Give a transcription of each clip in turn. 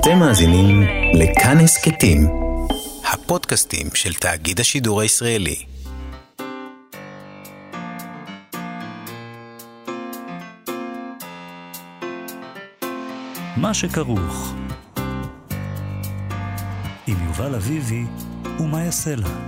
אתם מאזינים לכאן הסכתים, הפודקאסטים של תאגיד השידור הישראלי. מה שכרוך עם יובל אביבי ומה יעשה לה.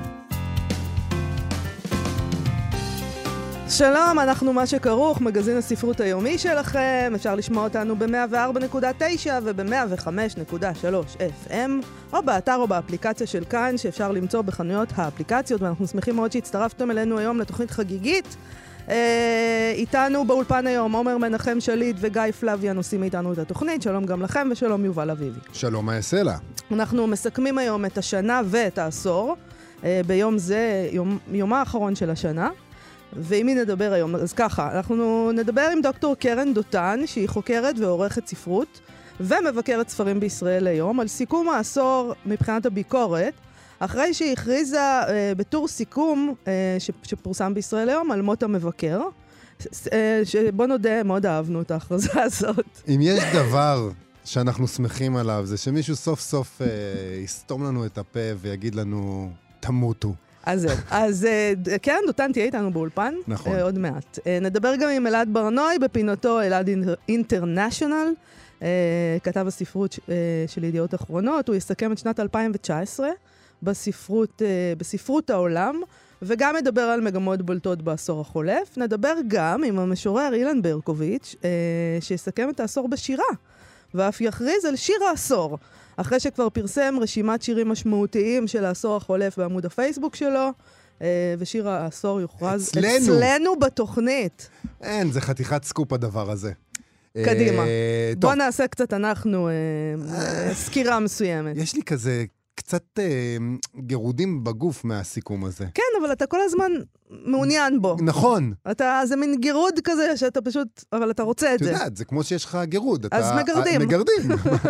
שלום, אנחנו מה שכרוך, מגזין הספרות היומי שלכם. אפשר לשמוע אותנו ב-104.9 וב-105.3 FM, או באתר או באפליקציה של כאן, שאפשר למצוא בחנויות האפליקציות, ואנחנו שמחים מאוד שהצטרפתם אלינו היום לתוכנית חגיגית. איתנו באולפן היום עומר מנחם שליט וגיא פלוויאן עושים איתנו את התוכנית. שלום גם לכם ושלום יובל אביבי. שלום, מה יעשה לה? אנחנו מסכמים היום את השנה ואת העשור, ביום זה, יומה האחרון של השנה. ועם מי נדבר היום? אז ככה, אנחנו נדבר עם דוקטור קרן דותן, שהיא חוקרת ועורכת ספרות, ומבקרת ספרים בישראל היום, על סיכום העשור מבחינת הביקורת, אחרי שהיא הכריזה בטור סיכום שפורסם בישראל היום על מות המבקר, שבוא נודה, מאוד אהבנו את ההכרזה הזאת. אם יש דבר שאנחנו שמחים עליו, זה שמישהו סוף סוף יסתום לנו את הפה ויגיד לנו, תמותו. אז קרן דותן תהיה איתנו באולפן, נכון. עוד מעט. נדבר גם עם אלעד ברנוי בפינתו אלעד אינטרנשיונל, כתב הספרות של ידיעות אחרונות. הוא יסכם את שנת 2019 בספרות העולם, וגם מדבר על מגמות בולטות בעשור החולף. נדבר גם עם המשורר אילן ברקוביץ', שיסכם את העשור בשירה, ואף יכריז על שיר העשור. אחרי שכבר פרסם רשימת שירים משמעותיים של העשור החולף בעמוד הפייסבוק שלו, ושיר העשור יוכרז אצלנו בתוכנית. אין, זה חתיכת סקופ הדבר הזה. קדימה. בוא נעשה קצת אנחנו סקירה מסוימת. יש לי כזה קצת גירודים בגוף מהסיכום הזה. כן, אבל אתה כל הזמן מעוניין בו. נכון. זה מין גירוד כזה שאתה פשוט, אבל אתה רוצה את זה. אתה יודעת, זה כמו שיש לך גירוד. אז מגרדים. מגרדים.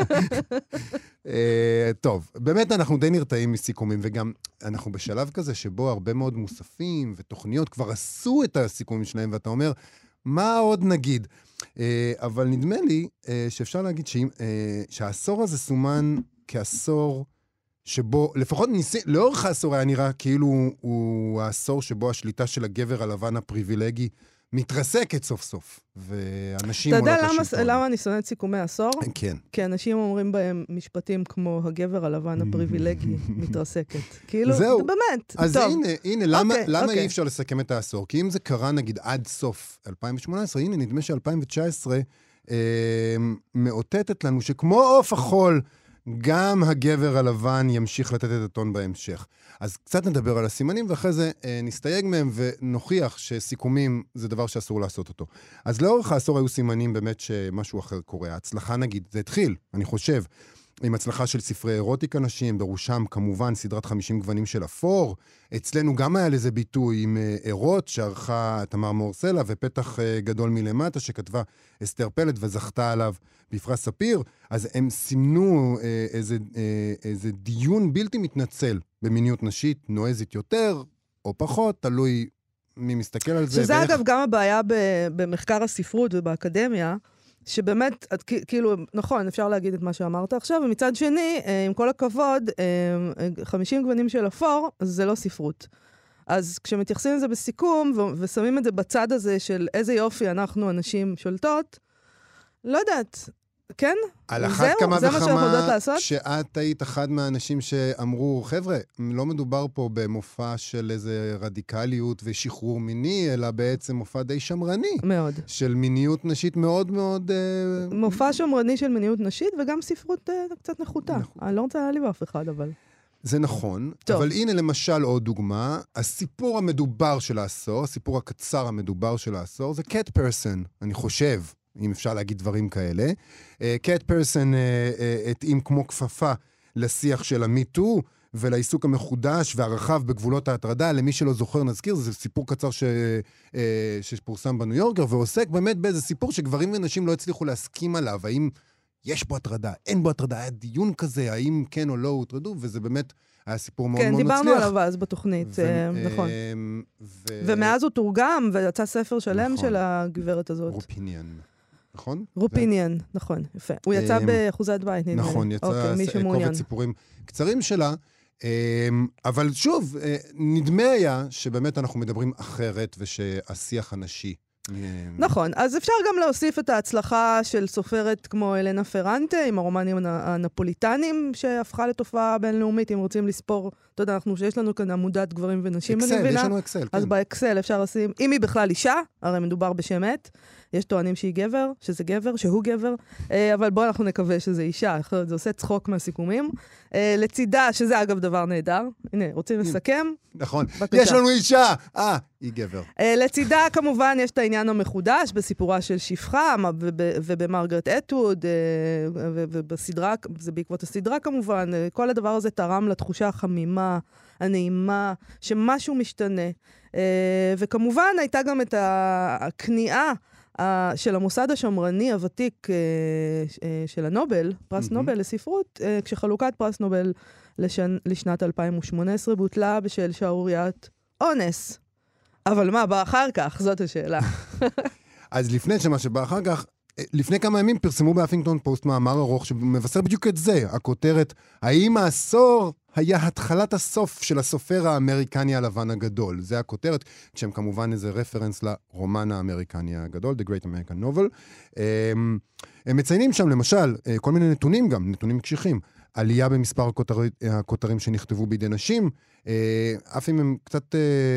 טוב, באמת אנחנו די נרתעים מסיכומים, וגם אנחנו בשלב כזה שבו הרבה מאוד מוספים ותוכניות כבר עשו את הסיכומים שלהם, ואתה אומר, מה עוד נגיד? אבל נדמה לי שאפשר להגיד שהעשור הזה סומן כעשור שבו, לפחות לאורך העשור היה נראה כאילו הוא העשור שבו השליטה של הגבר הלבן הפריבילגי מתרסקת סוף סוף, ואנשים עולות השלטון. אתה יודע למה אני שונאת סיכומי עשור? כן. כי אנשים אומרים בהם משפטים כמו הגבר הלבן הפריבילגי מתרסקת. כאילו, זהו. באמת. אז טוב. הנה, למה אי אפשר לסכם את העשור? כי אם זה קרה נגיד עד סוף 2018, הנה נדמה ש-2019 מאותתת לנו שכמו עוף החול, גם הגבר הלבן ימשיך לתת את הטון בהמשך. אז קצת נדבר על הסימנים, ואחרי זה נסתייג מהם ונוכיח שסיכומים זה דבר שאסור לעשות אותו. אז לאורך העשור היו סימנים באמת שמשהו אחר קורה. ההצלחה נגיד, זה התחיל, אני חושב, עם הצלחה של ספרי אירוטיקה נשים, בראשם כמובן סדרת 50 גוונים של אפור. אצלנו גם היה לזה ביטוי עם אירות שערכה תמר מור-סלע, ופתח גדול מלמטה שכתבה אסתר פלד וזכתה עליו בפרס ספיר. אז הם סימנו איזה דיון בלתי מתנצל במיניות נשית, נועזת יותר או פחות, תלוי מי מסתכל על זה. שזה אגב גם הבעיה במחקר הספרות ובאקדמיה, שבאמת, כאילו, נכון, אפשר להגיד את מה שאמרת עכשיו, ומצד שני, עם כל הכבוד, 50 גוונים של אפור, זה לא ספרות. אז כשמתייחסים לזה בסיכום, ושמים את זה בצד הזה של איזה יופי אנחנו אנשים שולטות, לא יודעת, כן? על אחת כמה זה מה שאנחנו יודעות וכמה לעשות? שאת היית אחד מהאנשים שאמרו, חבר'ה, לא מדובר פה במופע של איזה רדיקליות ושחרור מיני, אלא בעצם מופע די שמרני. מאוד. של מיניות נשית מאוד מאוד... מופע שמרני של מיניות נשית, וגם ספרות קצת נחותה. אני לא רוצה להעליב אף אחד, אבל... זה נכון, טוב. אבל הנה למשל עוד דוגמה, הסיפור המדובר של העשור, הסיפור הקצר המדובר של העשור, זה קט פרסון, אני חושב. אם אפשר להגיד דברים כאלה. קט פרסון התאים כמו כפפה לשיח של המיטו, ולעיסוק המחודש והרחב בגבולות ההטרדה. למי שלא זוכר נזכיר, זה סיפור קצר שפורסם בניו יורקר, ועוסק באמת באיזה סיפור שגברים ונשים לא הצליחו להסכים עליו. האם יש בו הטרדה, אין בו הטרדה, היה דיון כזה, האם כן או לא הוטרדו, וזה באמת היה סיפור מאוד מאוד מצליח. כן, דיברנו עליו אז בתוכנית, נכון. ומאז הוא תורגם, ויצא ספר שלם של הגברת הזאת. רופיניאן. נכון? רופיניאן, נכון, יפה. הוא יצא באחוזת בית, נדמה לי. נכון, יצא קובץ סיפורים קצרים שלה, אבל שוב, נדמה היה שבאמת אנחנו מדברים אחרת, ושהשיח הנשי. נכון, אז אפשר גם להוסיף את ההצלחה של סופרת כמו אלנה פרנטה, עם הרומנים הנפוליטנים, שהפכה לתופעה בינלאומית, אם רוצים לספור, אתה יודע, שיש לנו כאן עמודת גברים ונשים, אני מבינה. יש לנו אקסל, אז כן. באקסל אפשר לשים, אם היא בכלל אישה, הרי מדובר בשם עת, יש טוענים שהיא גבר, שזה גבר, שהוא גבר, אבל בואו אנחנו נקווה שזה אישה, זה עושה צחוק מהסיכומים. לצידה, שזה אגב דבר נהדר, הנה, רוצים לסכם? נכון, יש לנו אישה! היא גבר. לצידה כמובן יש את העניין המחודש בסיפורה של שפחה, ובמרגרט אטווד, ובסדרה, זה בעקבות הסדרה כמובן, כל הדבר הזה תרם לתחושה החמימה, הנעימה, שמשהו משתנה. וכמובן הייתה גם את הכניעה של המוסד השמרני הוותיק של הנובל, פרס נובל לספרות, כשחלוקת פרס נובל לשנת 2018 בוטלה בשל שערוריית אונס. אבל מה בא אחר כך? זאת השאלה. אז לפני שמה שבא אחר כך, לפני כמה ימים פרסמו באפינגטון פוסט מאמר ארוך שמבשר בדיוק את זה, הכותרת, האם העשור היה התחלת הסוף של הסופר האמריקני הלבן הגדול. זה הכותרת, כשהם כמובן איזה רפרנס לרומן האמריקני הגדול, The Great American Novel. הם מציינים שם למשל כל מיני נתונים גם, נתונים קשיחים, עלייה במספר הכותרים שנכתבו בידי נשים, אף אם הם קצת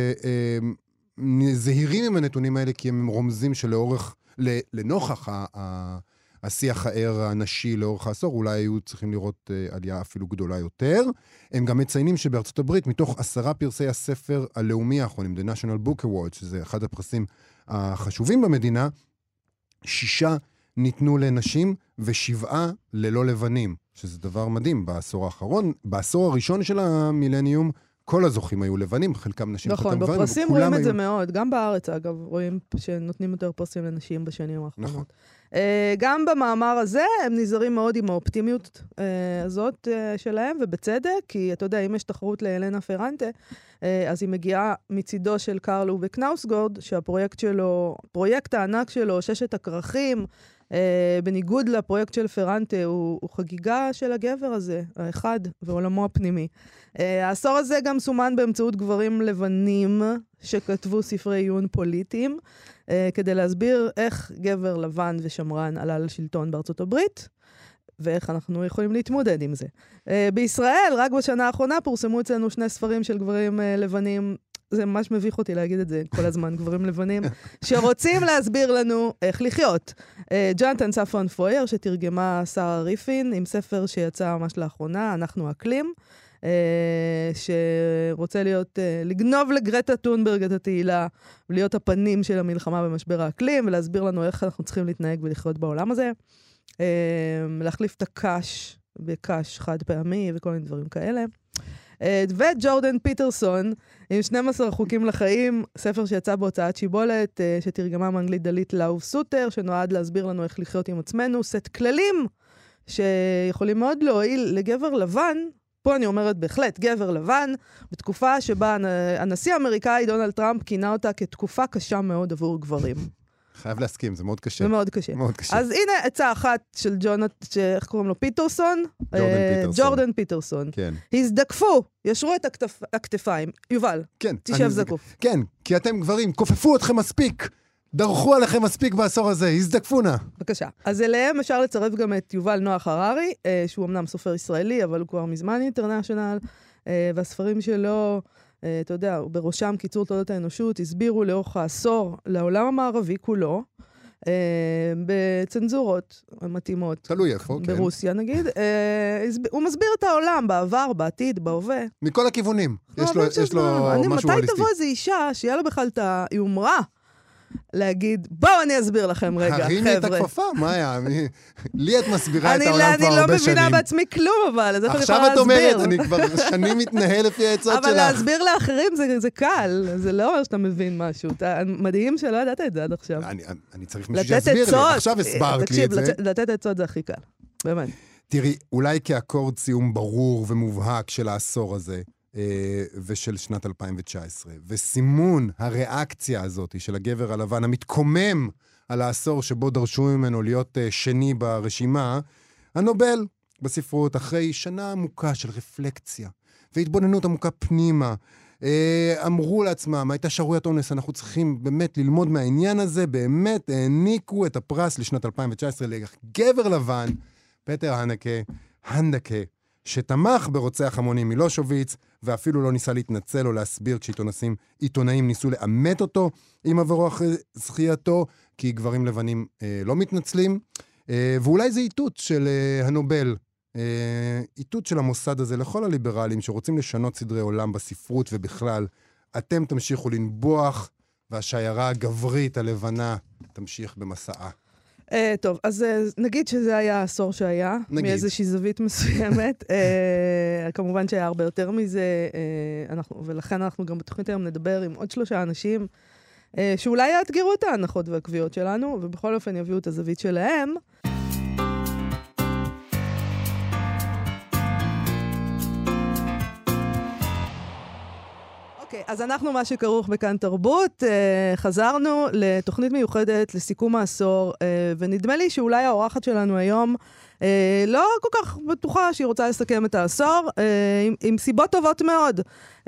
זהירים עם הנתונים האלה, כי הם רומזים שלאורך, לנוכח השיח הער הנשי לאורך העשור, אולי היו צריכים לראות עלייה אפילו גדולה יותר. הם גם מציינים שבארצות הברית, מתוך 10 פרסי הספר הלאומי האחרונים, The National Book Award, שזה אחד הפרסים החשובים במדינה, 6 ניתנו לנשים ו7 ללא לבנים, שזה דבר מדהים. בעשור האחרון, בעשור הראשון של המילניום, כל הזוכים היו לבנים, חלקם נשים, נכון, חלקם גברים. בפרסים רואים את זה מאוד, גם בארץ אגב, רואים שנותנים יותר פרסים לנשים בשנים האחרונות. נכון. גם במאמר הזה הם נזהרים מאוד עם האופטימיות הזאת שלהם, ובצדק, כי אתה יודע, אם יש תחרות לאלנה פרנטה, אז היא מגיעה מצידו של קרל אובה קנאוסגורד, שהפרויקט שלו, פרויקט הענק שלו, 6 הכרכים, בניגוד לפרויקט של פרנטה, הוא חגיגה של הגבר הזה, האחד, ועולמו הפנימי. העשור הזה גם סומן באמצעות גברים לבנים שכתבו ספרי עיון פוליטיים, כדי להסביר איך גבר לבן ושמרן עלה לשלטון בארצות הברית, ואיך אנחנו יכולים להתמודד עם זה. בישראל, רק בשנה האחרונה, פורסמו אצלנו 2 ספרים של גברים לבנים, זה ממש מביך אותי להגיד את זה כל הזמן, גברים לבנים, שרוצים להסביר לנו איך לחיות. ג'ונתן ספון פויר, שתרגמה שרה ריפין, עם ספר שיצא ממש לאחרונה, אנחנו אקלים, שרוצה לגנוב לגרטה טונברג את התהילה, ולהיות הפנים של המלחמה במשבר האקלים, ולהסביר לנו איך אנחנו צריכים להתנהג ולחיות בעולם הזה. להחליף את הקש בקש חד פעמי וכל מיני דברים כאלה. וג'ורדן פיטרסון, עם 12 חוקים לחיים, ספר שיצא בהוצאת שיבולת, שתרגמה מאנגלית דלית לאוב סוטר, שנועד להסביר לנו איך לחיות עם עצמנו, סט כללים שיכולים מאוד להועיל לגבר לבן, פה אני אומרת בהחלט, גבר לבן, בתקופה שבה הנשיא האמריקאי דונלד טראמפ כינה אותה כתקופה קשה מאוד עבור גברים. חייב להסכים, זה מאוד קשה. זה מאוד קשה. מאוד קשה. אז הנה עצה אחת של איך קוראים לו? פיטרסון? ג'ורדן פיטרסון. כן. הזדקפו, ישרו את הכתפיים. יובל, כן. תשב זקוף. כן, כי אתם גברים, כופפו אתכם מספיק. דרכו עליכם מספיק בעשור הזה, הזדקפו נא. בבקשה. אז אליהם אפשר לצרף גם את יובל נוח הררי, שהוא אמנם סופר ישראלי, אבל הוא כבר מזמן אינטרנשיונל, והספרים שלו, אתה יודע, בראשם קיצור תולדות האנושות, הסבירו לאורך העשור לעולם המערבי כולו, בצנזורות מתאימות. תלוי איפה, כן. ברוסיה נגיד. הוא מסביר את העולם בעבר, בעתיד, בהווה. מכל הכיוונים. יש לו משהו הוליסטי. מתי תבוא איזו אישה שיהיה לה בכלל את היומרה להגיד, בואו אני אסביר לכם רגע, חבר'ה. הרימי את הכפפה, מה היה? לי את מסבירה את העולם כבר הרבה שנים. אני לא מבינה בעצמי כלום, אבל אז איך אני יכולה עכשיו את להסביר? אומרת, אני כבר שנים מתנהל לפי העצות שלך. אבל להסביר לאחרים זה קל, זה לא אומר שאתה מבין משהו. מדהים שלא ידעת את זה עד עכשיו. אני צריך מישהו שיסביר לי, עכשיו הסברת לי את זה. תקשיב, לתת עצות זה הכי קל, באמת. תראי, אולי כאקורד סיום ברור ומובהק של העשור הזה, ושל שנת 2019, וסימון הריאקציה הזאת של הגבר הלבן המתקומם על העשור שבו דרשו ממנו להיות שני ברשימה, הנובל בספרות, אחרי שנה עמוקה של רפלקציה והתבוננות עמוקה פנימה, אמרו לעצמם, הייתה שערוריית אונס, אנחנו צריכים באמת ללמוד מהעניין הזה, באמת העניקו את הפרס לשנת 2019 לגבר לבן, פטר הנדקה, שתמך ברוצח המונים מילושוביץ, ואפילו לא ניסה להתנצל או להסביר כשעיתונאים ניסו לאמת אותו עם עברו אחרי זכייתו, כי גברים לבנים לא מתנצלים. ואולי זה איתות של הנובל, איתות של המוסד הזה לכל הליברלים שרוצים לשנות סדרי עולם בספרות ובכלל. אתם תמשיכו לנבוח, והשיירה הגברית הלבנה תמשיך במסעה. טוב, אז נגיד שזה היה העשור שהיה, מאיזושהי זווית מסוימת. כמובן שהיה הרבה יותר מזה, ולכן אנחנו גם בתוכנית היום נדבר עם עוד 3 אנשים, שאולי יאתגרו את ההנחות והקביעות שלנו, ובכל אופן יביאו את הזווית שלהם. אוקיי, אז אנחנו מה שכרוך בכאן תרבות, חזרנו לתוכנית מיוחדת לסיכום העשור, ונדמה לי שאולי האורחת שלנו היום לא כל כך בטוחה שהיא רוצה לסכם את העשור, עם סיבות טובות מאוד.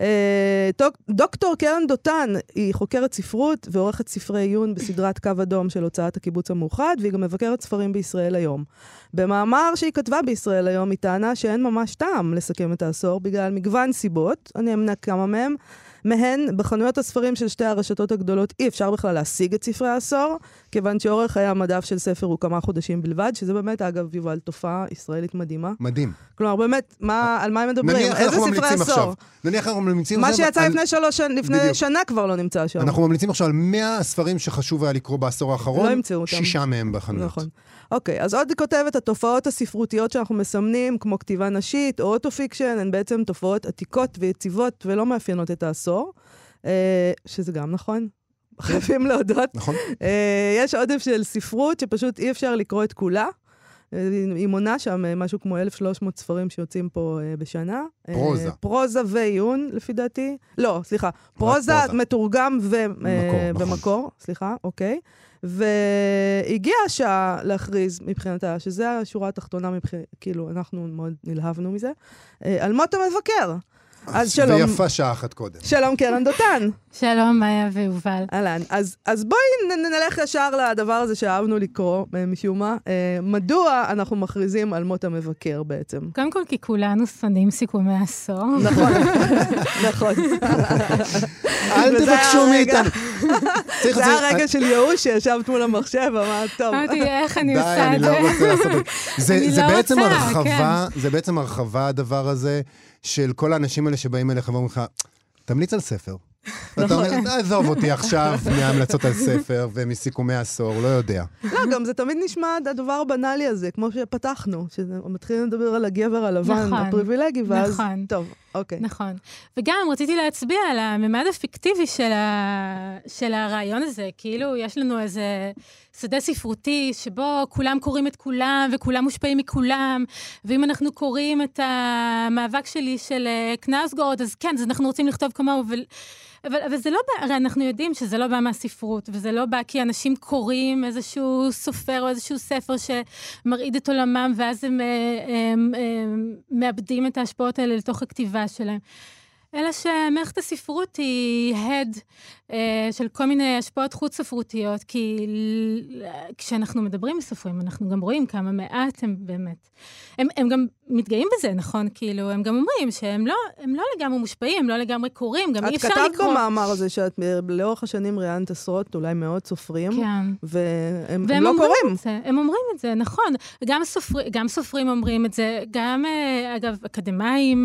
דוקטור קרן דותן היא חוקרת ספרות ועורכת ספרי עיון בסדרת קו אדום של הוצאת הקיבוץ המאוחד, והיא גם מבקרת ספרים בישראל היום. במאמר שהיא כתבה בישראל היום היא טענה שאין ממש טעם לסכם את העשור בגלל מגוון סיבות, אני אמנה כמה מהן, בחנויות הספרים של 2 הרשתות הגדולות אי אפשר בכלל להשיג את ספרי העשור, כיוון שאורך חיי המדף של ספר הוא כמה חודשים בלבד, שזה באמת, אגב, יובל, תופעה ישראלית מדהימה. מדהים. כלומר, באמת, על מה הם מדברים? איזה ספרי עשור? נניח אנחנו ממליצים מה שיצא לפני שנה כבר לא נמצא שם. אנחנו ממליצים עכשיו על 100 הספרים שחשוב היה לקרוא בעשור האחרון, לא ימצאו אותם. 6 מהם בחנויות. נכון. אוקיי, אז עוד כותבת, התופעות הספרותיות שאנחנו מסמנים, כמו כתיבה נשית או אוטו-פיקשן, הן בעצם תופעות עתיקות ויציבות ולא מאפיינות את העשור, שזה גם נכון. חייבים להודות. נכון. יש עודף של ספרות שפשוט אי אפשר לקרוא את כולה. היא מונה שם משהו כמו 1,300 ספרים שיוצאים פה בשנה. פרוזה. פרוזה ועיון, לפי דעתי. לא, סליחה. פרוזה מתורגם ומקור. סליחה, אוקיי. והגיעה השעה להכריז מבחינתה, שזה השורה התחתונה כאילו, אנחנו מאוד נלהבנו מזה, על מות המבקר. אז שלום. ויפה שעה אחת קודם. שלום קרן דותן. שלום מאיה ויובל. אהלן. אז בואי נלך ישר לדבר הזה שאהבנו לקרוא משום מה. מדוע אנחנו מכריזים על מות המבקר בעצם? קודם כל כי כולנו שונאים סיכומי עשור. נכון. נכון. אל תבקשו מאיתנו. זה היה רגע של ייאוש שישבת מול המחשב, אמרת טוב. אמרתי, איך אני עושה את די, אני לא רוצה לעשות את זה. זה בעצם הרחבה, זה בעצם הרחבה הדבר הזה, של כל האנשים האלה שבאים אליך ואומרים לך, תמליץ על ספר. אתה אומר, עזוב אותי עכשיו מהמלצות על ספר ומסיכומי עשור, לא יודע. לא, גם זה תמיד נשמע הדבר הבנאלי הזה, כמו שפתחנו, שמתחילים לדבר על הגבר הלבן, הפריבילגי, ואז, טוב, אוקיי. נכון. וגם רציתי להצביע על הממד הפיקטיבי של הרעיון הזה, כאילו יש לנו איזה שדה ספרותי שבו כולם קוראים את כולם, וכולם מושפעים מכולם, ואם אנחנו קוראים את המאבק שלי של קנאוסגורד, אז כן, אז אנחנו רוצים לכתוב כמוהו, אבל זה לא בא, הרי אנחנו יודעים שזה לא בא מהספרות, וזה לא בא כי אנשים קוראים איזשהו סופר או איזשהו ספר שמרעיד את עולמם, ואז הם מאבדים את ההשפעות האלה לתוך הכתיבה שלהם. אלא שמערכת הספרות היא הד של כל מיני השפעות חוץ ספרותיות, כי כשאנחנו מדברים בסופרים, אנחנו גם רואים כמה מעט הם באמת. הם גם מתגאים בזה, נכון? כאילו, הם גם אומרים שהם לא לגמרי מושפעים, הם לא לגמרי קוראים, גם אי אפשר לקרוא. את כתבת במאמר הזה שאת לאורך השנים ראיינת עשרות, אולי מאות סופרים, והם לא קוראים. הם אומרים את זה, נכון. גם סופרים אומרים את זה, גם, אגב, אקדמיים,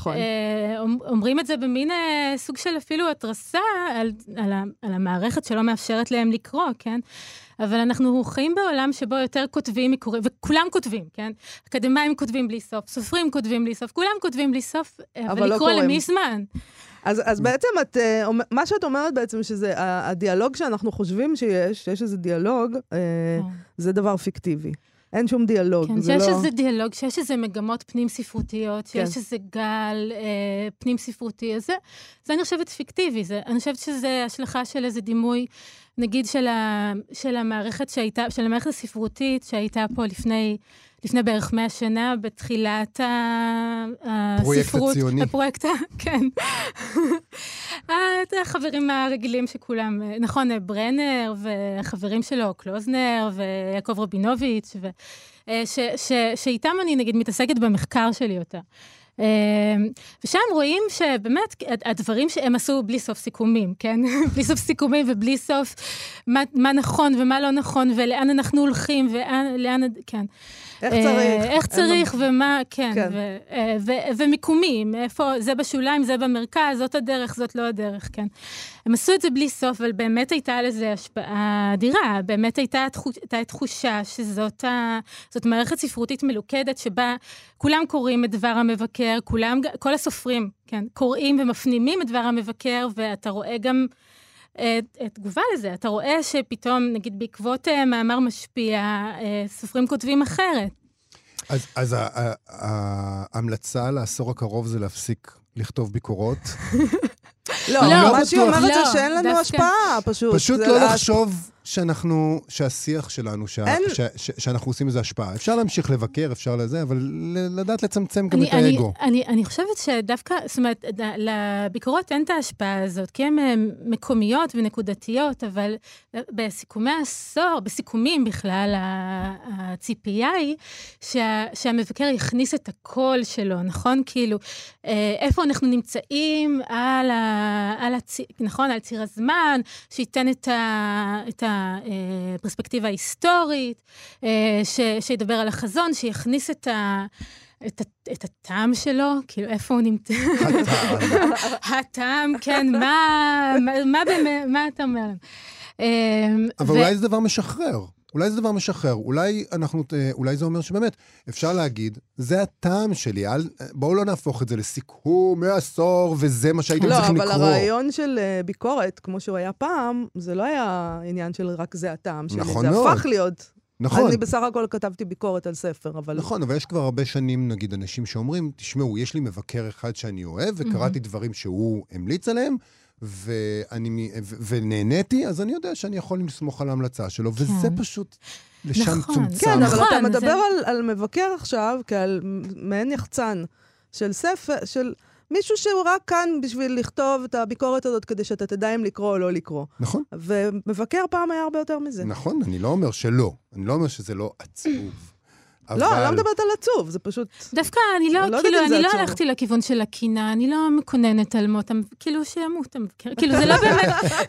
אומרים את זה במין סוג של אפילו התרסה על המערכת שלא מאפשרת להם לקרוא, כן? אבל אנחנו חיים בעולם שבו יותר כותבים מקוראים, וכולם כותבים, כן? אקדמיים כותבים בלי סוף, סופרים כותבים בלי סוף, כולם כותבים בלי סוף, אבל לקרוא למי זמן. אז בעצם מה שאת אומרת בעצם שזה הדיאלוג שאנחנו חושבים שיש איזה דיאלוג, זה דבר פיקטיבי. אין שום דיאלוג. כן, שיש איזה דיאלוג, שיש איזה מגמות פנים ספרותיות, שיש איזה גל פנים ספרותי, זה אני חושבת פיקטיבי, אני חושבת שזה השלכה של איזה דימוי, נגיד של המערכת שהייתה, של המערכת הספרותית שהייתה פה לפני בערך 100 שנה, בתחילת הספרות. הציוני. הפרויקט, כן. החברים הרגילים שכולם, נכון, ברנר וחברים שלו, קלוזנר ויעקב רבינוביץ', שאיתם אני נגיד מתעסקת במחקר שלי אותה. ושם רואים שבאמת הדברים שהם עשו בלי סוף סיכומים, כן? בלי סוף סיכומים ובלי סוף מה נכון ומה לא נכון, ולאן אנחנו הולכים ולאן, כן. איך צריך ומה, כן. ומיקומים, איפה, זה בשוליים, זה במרכז, זאת הדרך, זאת לא הדרך, כן. הם עשו את זה בלי סוף, אבל באמת הייתה לזה השפעה אדירה, באמת הייתה תחושה שזאת מערכת ספרותית מלוכדת, שבה כולם קוראים את דבר המבקר, כל הסופרים, כן, קוראים ומפנימים את דבר המבקר, ואתה רואה גם תגובה לזה, אתה רואה שפתאום, נגיד בעקבות מאמר משפיע, סופרים כותבים אחרת. אז ההמלצה לעשור הקרוב זה להפסיק לכתוב ביקורות? לא, מה שהיא אומרת זה שאין לנו השפעה, פשוט. פשוט לא לחשוב שהשיח שלנו, שאנחנו עושים איזו השפעה. אפשר להמשיך לבקר, אפשר לזה, אבל לדעת לצמצם גם את האגו. אני חושבת שדווקא, זאת אומרת, לביקורות אין את ההשפעה הזאת, כי הן מקומיות ונקודתיות, אבל בסיכומי העשור, בסיכומים בכלל, הציפייה היא שהמבקר יכניס את הקול שלו, נכון? כאילו, איפה אנחנו נמצאים נכון, על ציר הזמן, שייתן את הפרספקטיבה ההיסטורית, שידבר על החזון, שיכניס את הטעם שלו, כאילו איפה הוא נמצא? הטעם, כן, מה אתה אומר? אבל אולי זה דבר משחרר. אולי זה אומר שבאמת אפשר להגיד, זה הטעם שלי, בואו לא נהפוך את זה לסיכום מעשור, וזה מה שהייתם צריכים לקרוא. לא, אבל הרעיון של ביקורת, כמו שהוא היה פעם, זה לא היה עניין של רק זה הטעם שלי, זה הפך להיות. נכון. אני בסך הכל כתבתי ביקורת על ספר, אבל... נכון, אבל יש כבר הרבה שנים, נגיד, אנשים שאומרים, תשמעו, יש לי מבקר אחד שאני אוהב, וקראתי דברים שהוא המליץ עליהם, ונהניתי, אז אני יודע שאני יכול לסמוך על ההמלצה שלו, וזה פשוט לשם צומצם. כן, אבל אתה מדבר על מבקר עכשיו, כעל מעין יחצן של ספר, של מישהו שהוא רק כאן בשביל לכתוב את הביקורת הזאת, כדי שאתה תדע אם לקרוא או לא לקרוא. נכון. ומבקר פעם היה הרבה יותר מזה. נכון, אני לא אומר שלא. אני לא אומר שזה לא עצוב. לא, אני לא מדברת על עצוב, זה פשוט... דווקא אני לא הלכתי לכיוון של הקינה, אני לא מקוננת על מות, כאילו שימות, כאילו זה לא באמת...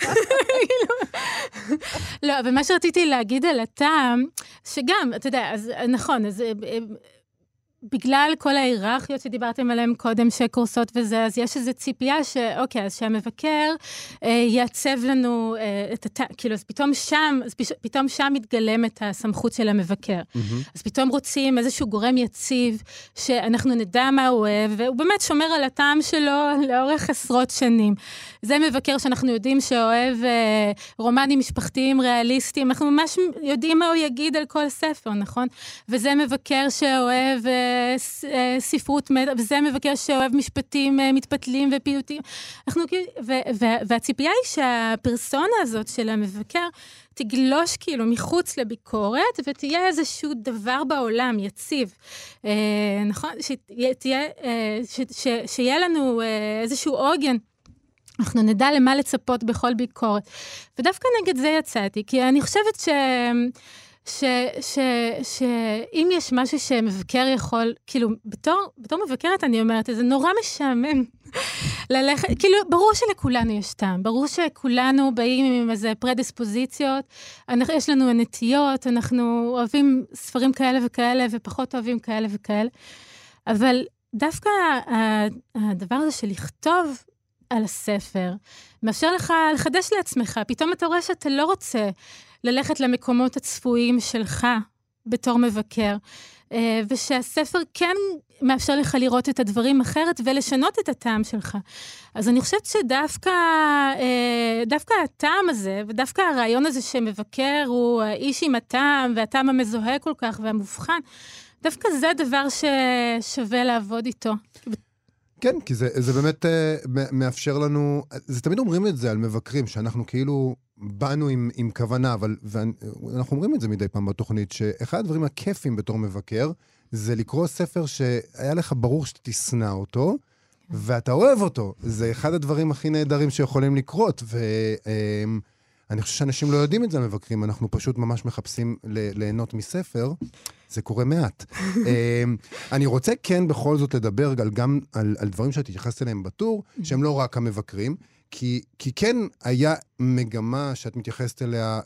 לא, אבל מה שרציתי להגיד על הטעם, שגם, אתה יודע, אז נכון, אז... בגלל כל ההיררכיות שדיברתם עליהן קודם שקורסות וזה, אז יש איזו ציפייה שאוקיי, אז שהמבקר יעצב לנו כאילו, אז פתאום שם מתגלמת הסמכות של המבקר. אז פתאום רוצים איזשהו גורם יציב, שאנחנו נדע מה הוא אוהב, והוא באמת שומר על הטעם שלו לאורך עשרות שנים. זה מבקר שאנחנו יודעים שאוהב רומנים משפחתיים ריאליסטיים, אנחנו ממש יודעים מה הוא יגיד על כל ספר, נכון? וזה מבקר שאוהב ספרות, וזה מבקר שאוהב משפטים מתפתלים ופיוטים. והציפייה היא שהפרסונה הזאת של המבקר תגלוש כאילו מחוץ לביקורת, ותהיה איזשהו דבר בעולם יציב. נכון? שיהיה לנו איזשהו עוגן. אנחנו נדע למה לצפות בכל ביקורת. ודווקא נגד זה יצאתי, כי אני חושבת שאם יש משהו שמבקר יכול, כאילו, בתור מבקרת אני אומרת, זה נורא משעמם ללכת, כאילו, ברור שלכולנו יש טעם, ברור שכולנו באים עם איזה פרדיספוזיציות, יש לנו נטיות, אנחנו אוהבים ספרים כאלה וכאלה, ופחות אוהבים כאלה וכאלה, אבל דווקא הדבר הזה של לכתוב על הספר, מאפשר לך לחדש לעצמך, פתאום אתה רואה שאתה לא רוצה ללכת למקומות הצפויים שלך בתור מבקר, ושהספר כן מאפשר לך לראות את הדברים אחרת ולשנות את הטעם שלך. אז אני חושבת שדווקא הטעם הזה, ודווקא הרעיון הזה שמבקר הוא האיש עם הטעם, והטעם המזוהה כל כך והמובחן, דווקא זה דבר ששווה לעבוד איתו. כן, כי זה באמת מאפשר לנו, זה תמיד אומרים את זה על מבקרים, שאנחנו כאילו באנו עם כוונה, אבל אנחנו אומרים את זה מדי פעם בתוכנית, שאחד הדברים הכיפים בתור מבקר, זה לקרוא ספר שהיה לך ברור שאתה תשנא אותו, ואתה אוהב אותו. זה אחד הדברים הכי נהדרים שיכולים לקרות, ואני חושב שאנשים לא יודעים את זה מבקרים, אנחנו פשוט ממש מחפשים ליהנות מספר, זה קורה מעט. אני רוצה כן בכל זאת לדבר גם על דברים שאת התייחסת אליהם בטור, שהם לא רק המבקרים, כי כן היה מגמה שאת מתייחסת אליה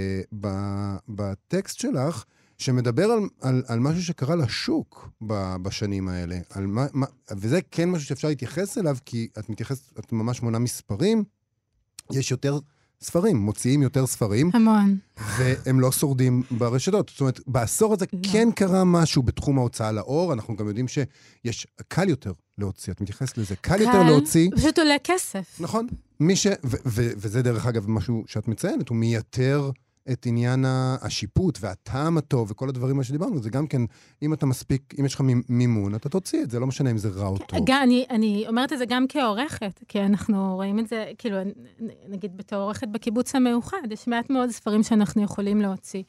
בטקסט שלך, שמדבר על משהו שקרה לשוק בשנים האלה. וזה כן משהו שאפשר להתייחס אליו, כי את ממש מונה מספרים, יש יותר ספרים, מוציאים יותר ספרים. המון. והם לא שורדים ברשתות. זאת אומרת, בעשור הזה כן קרה משהו בתחום ההוצאה לאור, אנחנו גם יודעים שיש קל יותר להוציא, את מתייחסת לזה, קל יותר להוציא. פשוט עולה כסף. נכון. וזה דרך אגב משהו שאת מציינת, הוא מייתר את עניין השיפוט והטעם הטוב וכל הדברים מה שדיברנו, זה גם כן, אם אתה מספיק, אם יש לך מימון, אתה תוציא את זה, לא משנה אם זה רע או טוב. אני אומרת את זה גם כעורכת, כי אנחנו רואים את זה, כאילו, נגיד בתור עורכת בקיבוץ המאוחד, יש מעט מאוד ספרים שאנחנו יכולים להוציא.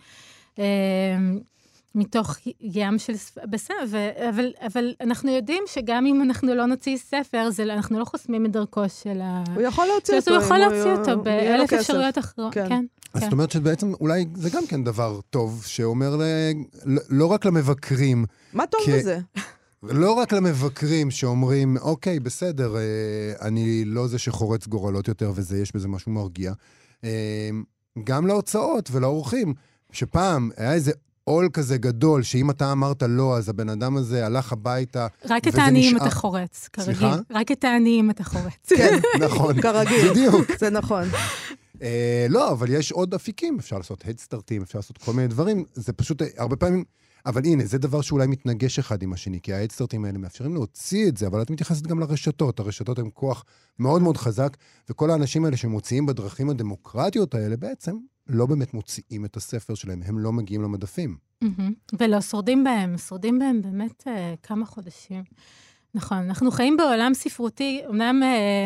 מתוך ים של אבל אנחנו יודעים שגם אם אנחנו לא נוציא ספר, אנחנו לא חוסמים את דרכו של הוא יכול להוציא אותו. הוא יכול להוציא אותו באלף אפשרויות אחרות. כן. אז זאת אומרת שבעצם אולי זה גם כן דבר טוב, שאומר לא רק למבקרים. מה טוב בזה? לא רק למבקרים שאומרים, אוקיי, בסדר, אני לא זה שחורץ גורלות יותר, יש בזה משהו מרגיע. גם להוצאות ולאורחים, שפעם היה איזה עול כזה גדול, שאם אתה אמרת לא, אז הבן אדם הזה הלך הביתה, רק את העניים אתה חורץ, כרגיל. סליחה? רק את העניים אתה חורץ. כן, נכון. כרגיל. בדיוק. זה נכון. לא, אבל יש עוד אפיקים, אפשר לעשות הדסטארטים, אפשר לעשות כל מיני דברים, זה פשוט הרבה פעמים, אבל הנה, זה דבר שאולי מתנגש אחד עם השני, כי ההדסטארטים האלה מאפשרים להוציא את זה, אבל את מתייחסת גם לרשתות, הרשתות הן כוח מאוד מאוד חזק, וכל האנשים האלה שמוציאים בדרכים הדמוקרטיות האלה, בעצם לא באמת מוציאים את הספר שלהם, הם לא מגיעים למדפים. ולא שורדים בהם באמת כמה חודשים. נכון, אנחנו חיים בעולם ספרותי, אמנם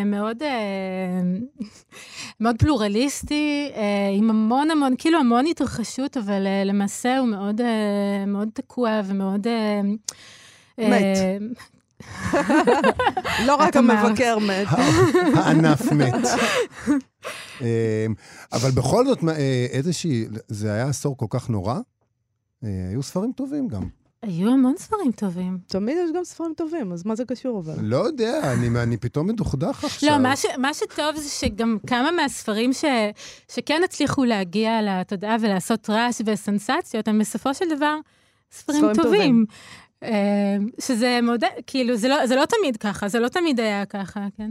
מאוד פלורליסטי, עם המון, כאילו המון התרחשות, אבל למעשה הוא מאוד תקוע ומאוד... מת. לא רק המבקר מת. הענף מת. אבל בכל זאת, זה היה עשור כל כך נורא, היו ספרים טובים גם. היו המון ספרים טובים. תמיד יש גם ספרים טובים, אז מה זה קשור אבל? לא יודע, אני פתאום מדוכדך עכשיו. לא, מה שטוב זה שגם כמה מהספרים שכן הצליחו להגיע לתודעה ולעשות רעש וסנסציות, הם בסופו של דבר ספרים טובים. שזה מאוד, כאילו, זה לא תמיד ככה, זה לא תמיד היה ככה, כן?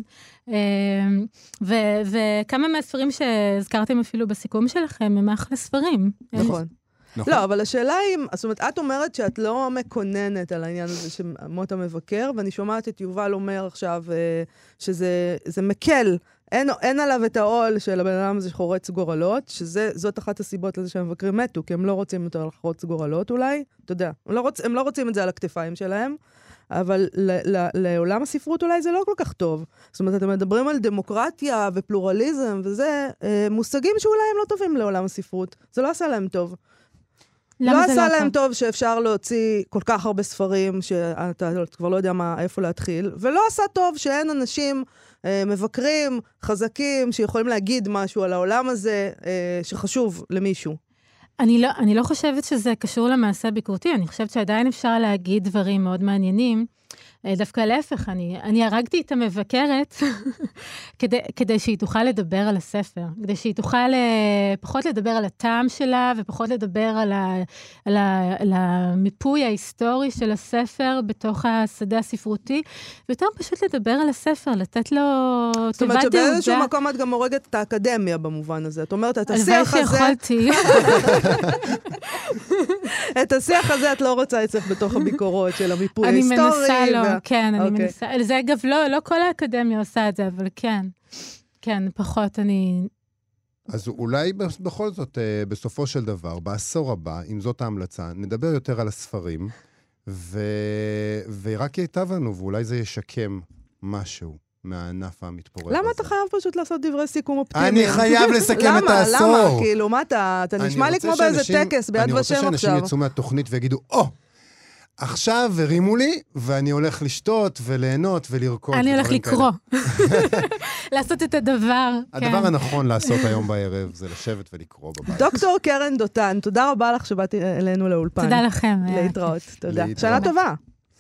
וכמה מהספרים שהזכרתם אפילו בסיכום שלכם, הם אחלה ספרים. נכון. לא, אבל השאלה היא, זאת אומרת, את אומרת שאת לא מקוננת על העניין הזה של מות המבקר, ואני שומעת את יובל אומר עכשיו שזה מקל, אין עליו את העול של הבן אדם הזה שחורץ גורלות, שזאת אחת הסיבות לזה שהמבקרים מתו, כי הם לא רוצים יותר לחרוץ גורלות אולי, אתה יודע, הם לא רוצים את זה על הכתפיים שלהם, אבל לעולם הספרות אולי זה לא כל כך טוב. זאת אומרת, אתם מדברים על דמוקרטיה ופלורליזם, וזה מושגים שאולי הם לא טובים לעולם הספרות. זה לא עשה להם טוב. לא עשה להם טוב שאפשר להוציא כל כך הרבה ספרים, שאתה כבר לא יודע איפה להתחיל, ולא עשה טוב שאין אנשים מבקרים, חזקים, שיכולים להגיד משהו על העולם הזה, שחשוב למישהו. אני לא חושבת שזה קשור למעשה ביקורתי, אני חושבת שעדיין אפשר להגיד דברים מאוד מעניינים, דווקא להפך, אני הרגתי את המבקרת כדי שהיא תוכל לדבר על הספר, כדי שהיא תוכל פחות לדבר על הטעם שלה, ופחות לדבר על המיפוי ההיסטורי של הספר בתוך השדה הספרותי, ויותר פשוט לדבר על הספר, לתת לו תיבת תעודה. זאת אומרת שבאיזשהו מקום את גם הורגת את האקדמיה במובן הזה. את אומרת, את השיח הזה... הלוואי שיכולתי. את השיח הזה את לא רוצה אצלך בתוך הביקורות של המיפוי ההיסטורי. אני מנסה לא, כן, אני מנסה. זה אגב, לא כל האקדמיה עושה את זה, אבל כן. כן, פחות אני... אז אולי בכל זאת, בסופו של דבר, בעשור הבא, אם זאת ההמלצה, נדבר יותר על הספרים, ורק ייטב לנו, ואולי זה ישקם משהו מהענף המתפורר הזה. למה אתה חייב פשוט לעשות דברי סיכום אופטימיים? אני חייב לסכם את העשור. למה? כאילו, מה אתה נשמע לי כמו באיזה טקס ביד ושם עכשיו. אני רוצה שאנשים יצאו מהתוכנית ויגידו, עכשיו הרימו לי, ואני הולך לשתות וליהנות ולרקוד. אני הולך לקרוא. לעשות את הדבר. הדבר הנכון לעשות היום בערב זה לשבת ולקרוא בבית. דוקטור קרן דותן, תודה רבה לך שבאתי אלינו לאולפן. תודה לכם. להתראות. תודה. שנה טובה.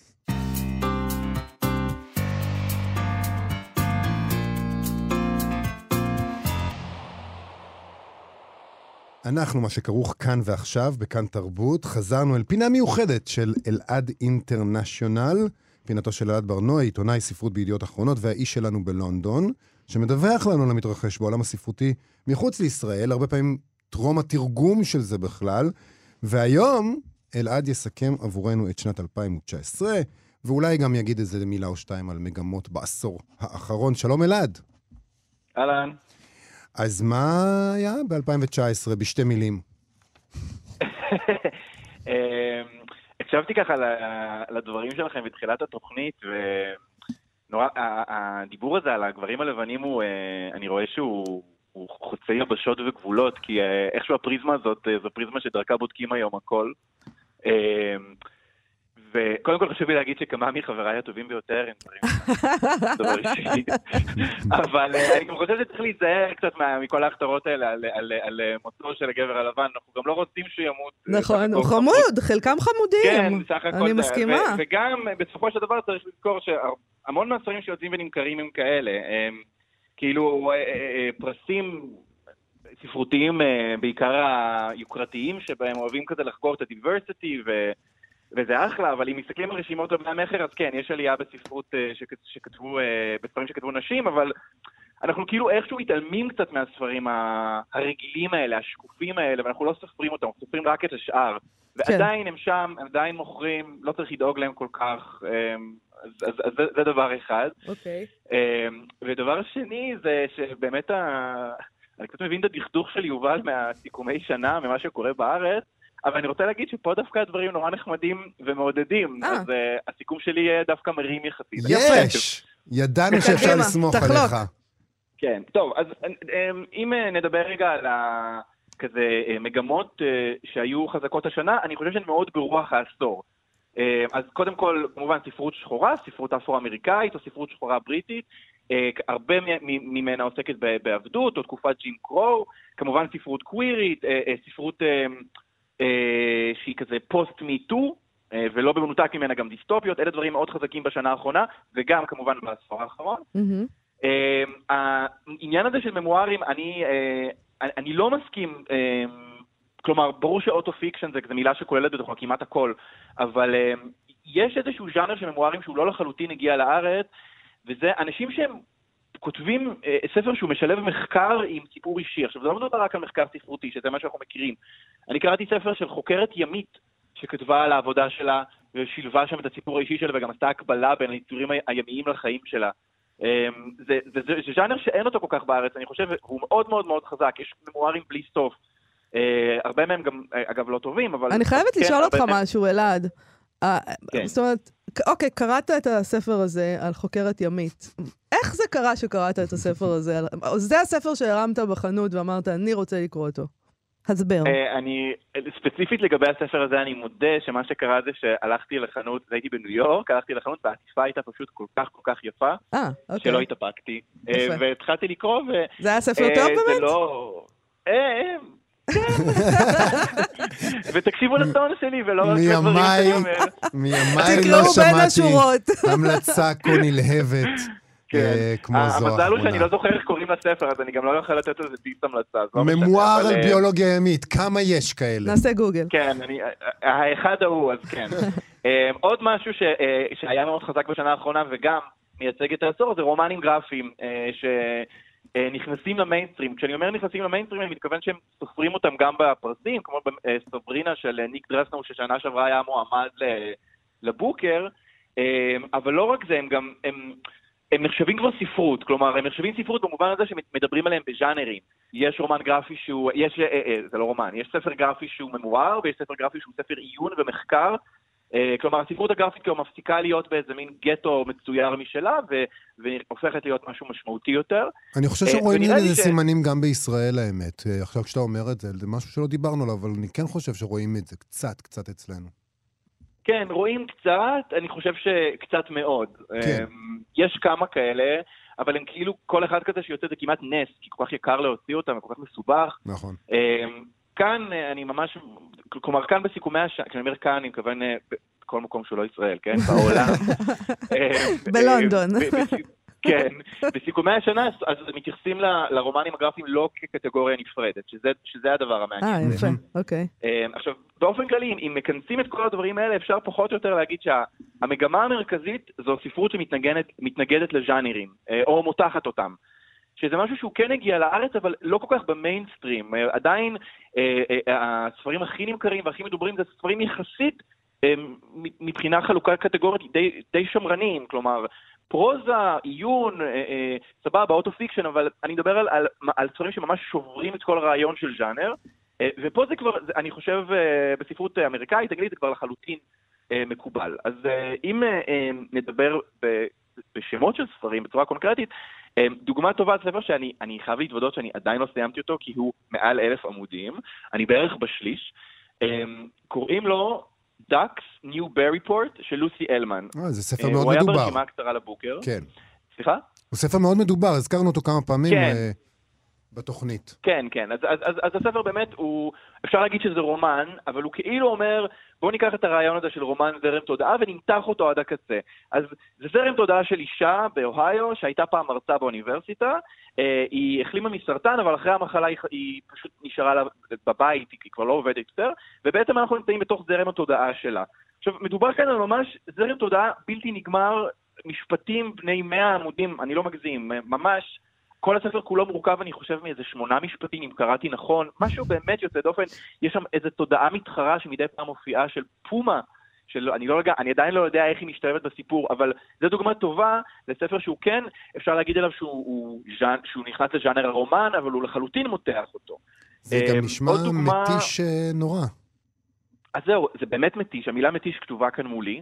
אנחנו, מה שכרוך כאן ועכשיו, בכאן תרבות, חזרנו אל פינה מיוחדת של אלעד אינטרנשיונל, פינתו של אלעד ברנוע, עיתונאי ספרות בידיעות אחרונות, והאיש שלנו בלונדון, שמדווח לנו למתרחש בעולם הספרותי מחוץ לישראל, הרבה פעמים טרום התרגום של זה בכלל, והיום אלעד יסכם עבורנו את שנת 2019, ואולי גם יגיד איזה מילה או שתיים על מגמות בעשור האחרון. שלום אלעד. אהלן. אז מה היה ב-2019 בשתי מילים? הקשבתי ככה לדברים שלכם בתחילת התוכנית, ונורא, הדיבור הזה על הגברים הלבנים הוא, אני רואה שהוא חוצה יבשות וגבולות, כי איכשהו הפריזמה הזאת, זו פריזמה שדרכה בודקים היום הכל. וקודם כל חשוב לי להגיד שכמה מחבריי הטובים ביותר הם דברים אישי. אבל אני גם חושב שצריך להיזהר קצת מכל ההכתרות האלה על מותו של הגבר הלבן. אנחנו גם לא רוצים שהוא ימות. נכון, הוא חמוד, חלקם חמודים. כן, סך הכל. אני מסכימה. וגם בסופו של דבר צריך לזכור שהמון מהספרים שיוצאים ונמכרים הם כאלה. כאילו פרסים ספרותיים, בעיקר היוקרתיים, שבהם אוהבים כזה לחגור את הדיברסיטי וזה אחלה, אבל אם מסתכלים על רשימות רבי המחר, אז כן, יש עלייה בספרות שכתבו, בספרים שכתבו נשים, אבל אנחנו כאילו איכשהו מתעלמים קצת מהספרים הרגילים האלה, השקופים האלה, ואנחנו לא סופרים אותם, אנחנו סופרים רק את השאר. ועדיין הם שם, הם עדיין מוכרים, לא צריך לדאוג להם כל כך, אז זה דבר אחד. אוקיי. ודבר שני זה שבאמת, אני קצת מבין את הדכדוך של יובל מהסיכומי שנה, ממה שקורה בארץ, אבל אני רוצה להגיד שפה דווקא הדברים נורא נחמדים ומעודדים, אז הסיכום שלי יהיה דווקא מרים יחסית. יש! ידענו שאפשר לסמוך עליך. כן, טוב, אז אם נדבר רגע על כזה מגמות שהיו חזקות השנה, אני חושב שהן מאוד ברוח העשור. אז קודם כל, כמובן, ספרות שחורה, ספרות אפרו-אמריקאית או ספרות שחורה בריטית, הרבה ממנה עוסקת בעבדות או תקופת ג'ים קרו, כמובן ספרות קווירית, ספרות שהיא כזה פוסט מיטו, ולא במנותק ממנה גם דיסטופיות, אלה דברים מאוד חזקים בשנה האחרונה, וגם כמובן בעשור האחרון. העניין הזה של ממוארים, אני לא מסכים, כלומר, ברור שאוטו-פיקשן זה מילה שכוללת בתוכה כמעט הכל, אבל יש איזשהו ז'אנר של ממוארים שהוא לא לחלוטין הגיע לארץ, וזה אנשים שהם כותבים ספר שהוא משלב מחקר עם סיפור אישי. עכשיו, זה לא מדובר רק על מחקר ספרותי, שזה מה שאנחנו מכירים. אני קראתי ספר של חוקרת ימית, שכתבה על העבודה שלה, ושילבה שם את הסיפור האישי שלה, וגם עשתה הקבלה בין היצורים הימיים לחיים שלה. זה ז'אנר שאין אותו כל כך בארץ, אני חושב, הוא מאוד מאוד מאוד חזק, יש ממוארים בלי סוף. הרבה מהם גם, אגב, לא טובים, אבל... אני חייבת לשאול אותך משהו, אלעד. זאת אומרת, אוקיי, קראת את הספר הזה על חוקרת ימית. איך זה קרה שקראת את הספר הזה? זה הספר שהרמת בחנות ואמרת, אני רוצה לקרוא אותו. הסבר. ספציפית לגבי הספר הזה, אני מודה שמה שקרה זה שהלכתי לחנות, הייתי בניו יורק, הלכתי לחנות, והעטיפה הייתה פשוט כל כך יפה, שלא התאפקתי. והתחלתי לקרוא, זה היה ספר טוב באמת? זה לא... ותקשיבו לטון שלי ולא רק לדברים שאני אומר. מימיי לא שמעתי המלצה כה נלהבת כמו זו. המזל הוא שאני לא זוכר איך קוראים לספר, אז אני גם לא יכול לתת לזה טיפ המלצה. ממואר על ביולוגיה ימית, כמה יש כאלה? נעשה גוגל. כן, האחד ההוא, אז כן. עוד משהו שהיה מאוד חזק בשנה האחרונה וגם מייצג את העשור, זה רומנים גרפיים, נכנסים למיינסטרים. כשאני אומר נכנסים למיינסטרים, אני מתכוון שהם סופרים אותם גם בפרסים, כמו סוברינה של ניק דרסנור, ששנה שעברה היה מועמד לבוקר, אבל לא רק זה, הם נחשבים כבר ספרות, כלומר, הם נחשבים ספרות במובן הזה שמדברים עליהם בז'אנרים. יש רומן גרפי שהוא, זה לא רומן, יש ספר גרפי שהוא ממואר, ויש ספר גרפי שהוא ספר עיון ומחקר, כלומר, הספרות הגרפית כבר מפסיקה להיות באיזה מין גטו מצויר משלה, והופכת להיות משהו משמעותי יותר. אני חושב שרואים איזה סימנים גם בישראל, האמת. עכשיו כשאתה אומר את זה, זה משהו שלא דיברנו עליו, אבל אני כן חושב שרואים את זה קצת אצלנו. כן, רואים קצת, אני חושב שקצת מאוד. כן. יש כמה כאלה, אבל הם כאילו, כל אחד כזה שיוצא זה כמעט נס, כי כל כך יקר להוציא אותם, כל כך מסובך. נכון. כאן אני ממש, כלומר, כאן בסיכומי השנה, כשאני אומר כאן, אני מכוון בכל מקום שהוא לא ישראל, כן? בעולם. בלונדון. כן, בסיכומי השנה, אז מתייחסים לרומנים הגרפיים לא כקטגוריה נפרדת, שזה הדבר המעניין. יפה, אוקיי. עכשיו, באופן כללי, אם מכנסים את כל הדברים האלה, אפשר פחות או יותר להגיד שהמגמה המרכזית זו ספרות שמתנגדת לז'אנרים, או מותחת אותם. שזה משהו שהוא כן הגיע לארץ, אבל לא כל כך במיינסטרים. עדיין הספרים הכי נמכרים והכי מדוברים זה ספרים יחסית מבחינה חלוקה קטגורית די שמרניים, כלומר, פרוזה, עיון, סבבה, אוטו-פיקשן, אבל אני מדבר על ספרים שממש שוברים את כל הרעיון של ז'אנר, ופה זה כבר, אני חושב, בספרות אמריקאית, אנגלית, זה כבר לחלוטין מקובל. אז אם נדבר בשמות של ספרים בצורה קונקרטית, דוגמה טובה ספר שאני חייב להתוודות שאני עדיין לא סיימתי אותו, כי הוא מעל 1,000 עמודים, אני בערך בשליש, קוראים לו Ducks New Berryport של לוסי אלמן. זה ספר מאוד מדובר. הוא היה ברשימה קצרה לבוקר. כן. סליחה? הוא ספר מאוד מדובר, הזכרנו אותו כמה פעמים בתוכנית. כן, כן. אז הספר באמת הוא, אפשר להגיד שזה רומן, אבל הוא כאילו אומר, בואו ניקח את הרעיון הזה של רומן זרם תודעה ונמתח אותו עד הקצה. אז זה זרם תודעה של אישה באוהיו, שהייתה פעם מרצה באוניברסיטה, היא החלימה מסרטן, אבל אחרי המחלה היא פשוט נשארה בבית, היא כבר לא עובדת יותר, ובעצם אנחנו נמצאים בתוך זרם התודעה שלה. עכשיו, מדובר כאן על ממש זרם תודעה בלתי נגמר, משפטים בני 100 עמודים, אני לא מגזים, ממש, כל הספר כולו מורכב, אני חושב, מאיזה 8 משפטים, אם קראתי נכון, משהו באמת יוצא דופן, יש שם איזו תודעה מתחרה שמדי פעם מופיעה של פומה, אני עדיין לא יודע איך היא משתלבת בסיפור, אבל זו דוגמה טובה לספר שהוא כן, אפשר להגיד עליו שהוא נכנס לז'אנר הרומן, אבל הוא לחלוטין מותח אותו. זה גם נשמע מתיש נורא. אז זהו, זה באמת מתיש, המילה מתיש כתובה כאן מולי,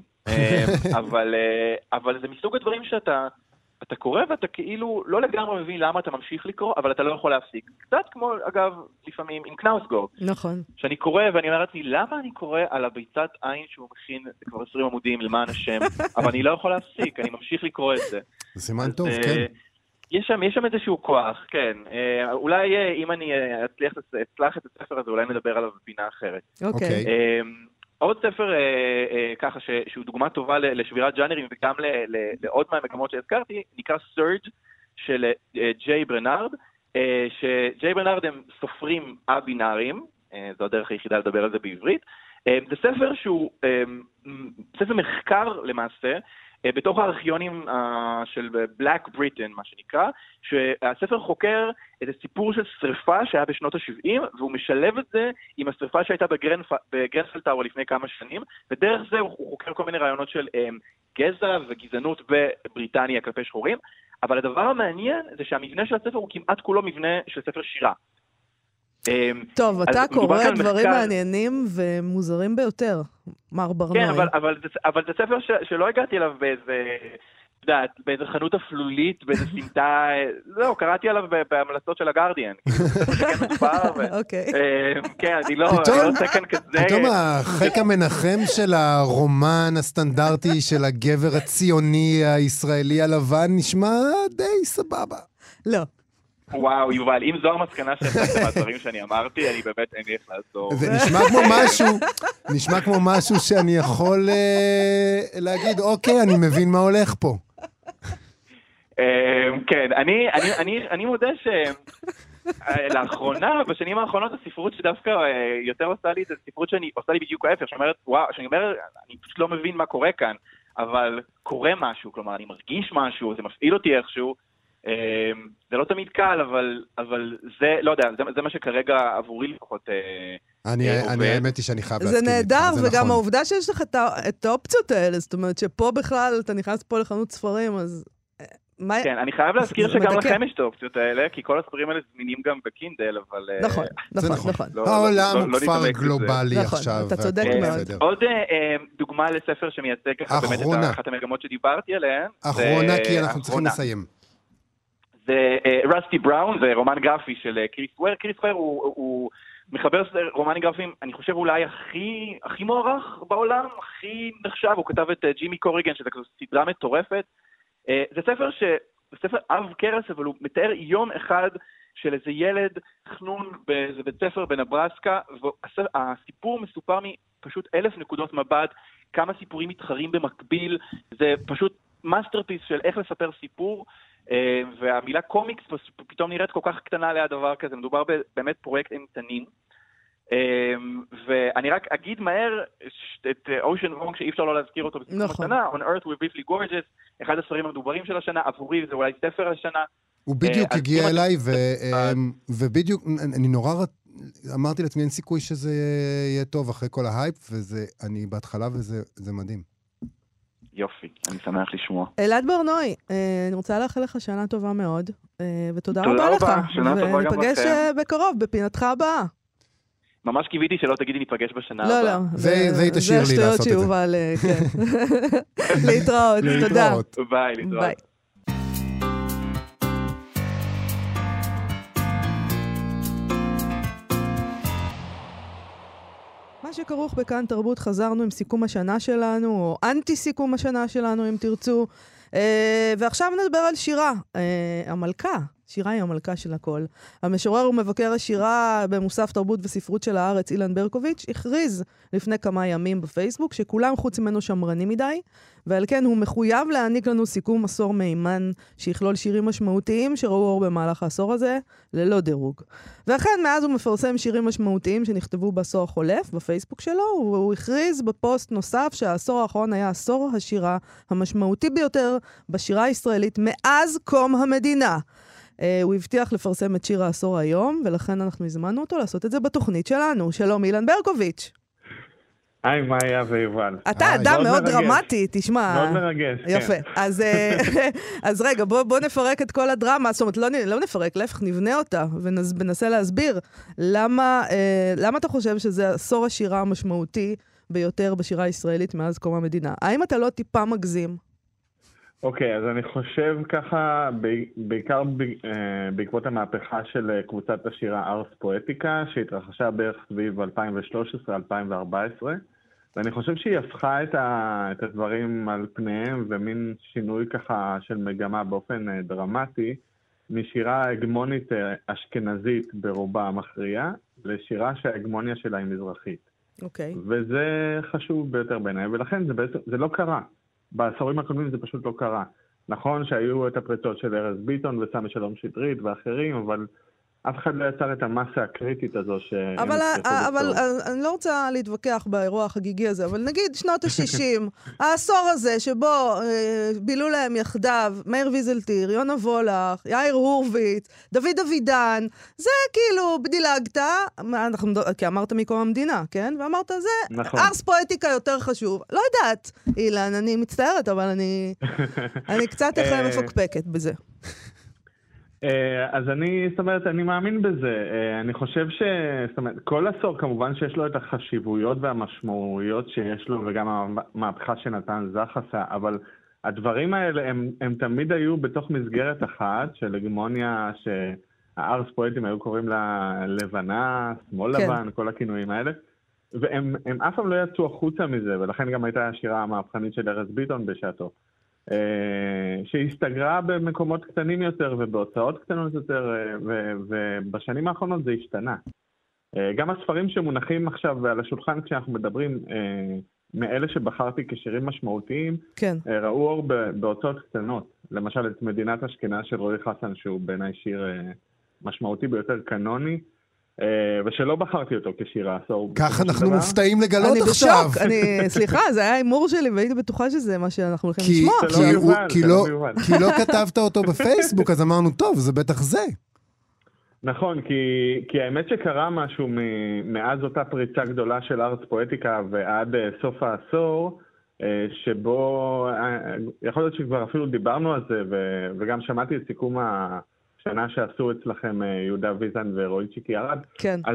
אבל זה מסוג הדברים שאתה קורא ואתה כאילו לא לגמרי מבין למה אתה ממשיך לקרוא, אבל אתה לא יכול להפסיק. קצת כמו, אגב, לפעמים עם קנאוסגורד. נכון. שאני קורא ואני אומרת לי, למה אני קורא על הביצת עין שהוא מכין כבר 20 עמודים למען השם, אבל אני לא יכול להפסיק, אני ממשיך לקרוא את זה. זה סימן טוב, כן. יש שם איזשהו כוח, כן. אולי אם אני אצלח את הספר הזה, אולי נדבר עליו בפינה אחרת. אוקיי. עוד ספר ככה שהוא דוגמה טובה לשבירת ג'אנרים וגם לעוד מהמגמות שהזכרתי, נקרא Surge של ג'יי ברנארד, שג'יי ברנארד הם סופרים א-בינאריים, זו הדרך היחידה לדבר על זה בעברית, זה ספר שהוא ספר מחקר למעשה, בתוך הארכיונים של Black Britain, מה שנקרא, שהספר חוקר איזה סיפור של שריפה שהיה בשנות ה-70, והוא משלב את זה עם השריפה שהייתה בגרנפל טאוור לפני כמה שנים, ודרך זה הוא חוקר כל מיני רעיונות של גזע וגזענות בבריטניה כלפי שחורים, אבל הדבר המעניין זה שהמבנה של הספר הוא כמעט כולו מבנה של ספר שירה. טוב, אתה קורא דברים מעניינים ומוזרים ביותר, מר ברנועי. כן, אבל זה ספר שלא הגעתי אליו באיזה חנות אפלולית, באיזה סמטה, זהו, קראתי עליו בהמלצות של הגרדיאן. אוקיי. כן, אני לא עושה כאן כזה. פתאום החק המנחם של הרומן הסטנדרטי של הגבר הציוני הישראלי הלבן נשמע די סבבה. לא. וואו, יובל, אם זו המסקנה שהצגת מהדברים שאני אמרתי, אני באמת אין לי איך לעזור. זה נשמע כמו משהו שאני יכול להגיד, אוקיי, אני מבין מה הולך פה. כן, אני מודה שלאחרונה, בשנים האחרונות, הספרות שדווקא יותר עושה לי, זה ספרות שעושה לי בדיוק ההפך, שאני אומר, אני פשוט לא מבין מה קורה כאן, אבל קורה משהו, כלומר, אני מרגיש משהו, זה מפעיל אותי איכשהו, זה לא תמיד קל, אבל זה, לא יודע, זה מה שכרגע עבורי לפחות אני האמת היא שאני חייב להסכים זה איתך, נהדר, זה וגם נכון. העובדה שיש לך את האופציות האלה, זאת אומרת שפה בכלל, אתה נכנס פה לחנות ספרים, אז... כן, אני חייב להזכיר שגם לכם יש את האופציות האלה, כי כל הספרים האלה זמינים גם בקינדל, אבל... נכון, נכון. העולם הוא כפר גלובלי עכשיו. אתה צודק מאוד. עוד דוגמה לספר שמייצג ככה באמת את אחת המגמות שדיברתי עליהן. אחרונה, כי אנחנו צריכים לסיים. זה רסטי בראון, זה רומן גרפי של קריס וויר. קריס וויר הוא מחבר רומנים גרפיים, אני חושב אולי הכי מוערך בעולם, הכי נחשב. הוא כתב את ג'ימי קוריגן, שזה כזו סדרה מטורפת. זה ספר עב כרס, אבל הוא מתאר יום אחד של איזה ילד חנון באיזה בית ספר בנברסקה, והסיפור מסופר מפשוט 1,000 נקודות מבט, כמה סיפורים מתחרים במקביל, זה פשוט מאסטרפיס של איך לספר סיפור, והמילה קומיקס פתאום נראית כל כך קטנה ליד דבר כזה, מדובר באמת פרויקט אימתנין. ואני רק אגיד מהר את אושן וונג שאי אפשר לא להזכיר אותו בסיכום השנה, On Earth We're Briefly Gorgeous, אחד הספרים המדוברים של השנה, עבורי זה אולי ספר השנה. הוא בדיוק הגיע אליי, ובדיוק, אני נורא אמרתי לעצמי, אין סיכוי שזה יהיה טוב אחרי כל ההייפ, ואני בהתחלה וזה מדהים. יופי, אני שמח לשמוע. אלעד ברנועי, אני רוצה לאחל לך שנה טובה מאוד, ותודה רבה לך. וניפגש בקרוב, בפינתך הבאה. ממש קיוויתי שלא תגידי ניפגש בשנה הבאה. לא, זה תשאיר לי לעשות את זה. שיובל, כן. להתראות, תודה. ביי, להתראות. מה שכרוך בכאן תרבות, חזרנו עם סיכום השנה שלנו, או אנטי סיכום השנה שלנו, אם תרצו. ועכשיו נדבר על שירה, המלכה. שירה היא המלכה של הכל. המשורר ומבקר השירה במוסף תרבות וספרות של הארץ, אילן ברקוביץ', הכריז לפני כמה ימים בפייסבוק שכולם חוץ ממנו שמרנים מדי, ועל כן הוא מחויב להעניק לנו סיכום עשור מימן שיכלול שירים משמעותיים שראו אור במהלך העשור הזה, ללא דירוג. ואכן מאז הוא מפרסם שירים משמעותיים שנכתבו בעשור החולף בפייסבוק שלו, והוא הכריז בפוסט נוסף שהעשור האחרון היה עשור השירה המשמעותי ביותר בשירה הישראלית מאז קום המדינה. הוא הבטיח לפרסם את שיר העשור היום, ולכן אנחנו הזמנו אותו לעשות את זה בתוכנית שלנו. שלום, אילן ברקוביץ'. היי, מאיה ויובל. אתה אדם מאוד דרמטי, תשמע. מאוד מרגש, כן. יפה. אז רגע, בוא נפרק את כל הדרמה, זאת אומרת, לא נפרק, להפך, נבנה אותה, וננסה להסביר למה אתה חושב שזה עשור השירה המשמעותי ביותר בשירה הישראלית מאז קום המדינה. האם אתה לא טיפה מגזים? אוקיי, אז אני חושב ככה, בעיקר בעקבות המהפכה של קבוצת השירה ארס פואטיקה, שהתרחשה בערך סביב 2013-2014, ואני חושב שהיא הפכה את הדברים על פניהם, ומין שינוי ככה של מגמה באופן דרמטי, משירה הגמונית אשכנזית ברובה המכריע, לשירה שההגמוניה שלה היא מזרחית. אוקיי. וזה חשוב ביותר בעיניי, ולכן זה לא קרה. בעשורים הקודמים זה פשוט לא קרה. נכון שהיו את הפריצות של ארז ביטון וסמי שלום שטרית ואחרים, אבל אף אחד לא יצר את המסה הקריטית הזו אבל אני לא רוצה להתווכח באירוע החגיגי הזה, אבל נגיד שנות ה-60, העשור הזה שבו בילו להם יחדיו מאיר ויזלטיר, יונה וולך, יאיר הורוביץ, דוד אבידן, זה כאילו בדילגת, כי אמרת מקום המדינה, כן? ואמרת, זה נכון. ארס פואטיקה יותר חשוב. לא יודעת, אילן, אני מצטערת, אבל אני קצת מפקפקת בזה. אז אני מאמין בזה. אני חושב זאת אומרת, כל עשור כמובן שיש לו את החשיבויות והמשמעויות שיש לו, וגם המהפכה שנתן זך עשה, אבל הדברים האלה הם תמיד היו בתוך מסגרת אחת של הגמוניה שהארס פואטים היו קוראים לה לבנה, שמאל כן. לבן, כל הכינויים האלה, והם אף פעם לא יצאו החוצה מזה, ולכן גם הייתה השירה המהפכנית של ארז ביטון בשעתו. שהסתגרה במקומות קטנים יותר ובהוצאות קטנות יותר, ובשנים האחרונות זה השתנה. גם הספרים שמונחים עכשיו על השולחן כשאנחנו מדברים, מאלה שבחרתי כשירים משמעותיים, כן. ראו אור בהוצאות קטנות. למשל את מדינת אשכנז של רועי חסן, שהוא בעיניי שיר משמעותי ביותר קנוני, ושלא בחרתי אותו כשיר העשור. ככה אנחנו מופתעים לגלות אני עכשיו. בשוק, סליחה, זה היה הימור שלי, והייתי בטוחה שזה מה שאנחנו הולכים לשמוע. כי לא כתבת אותו בפייסבוק, אז אמרנו, טוב, זה בטח זה. נכון, כי האמת שקרה משהו מאז אותה פריצה גדולה של ארץ פואטיקה ועד סוף העשור, שבו, יכול להיות שכבר אפילו דיברנו על זה, וגם שמעתי את סיכום השנה שעשו אצלכם יהודה ויזן ורועי צ'יקי ארד. כן. אז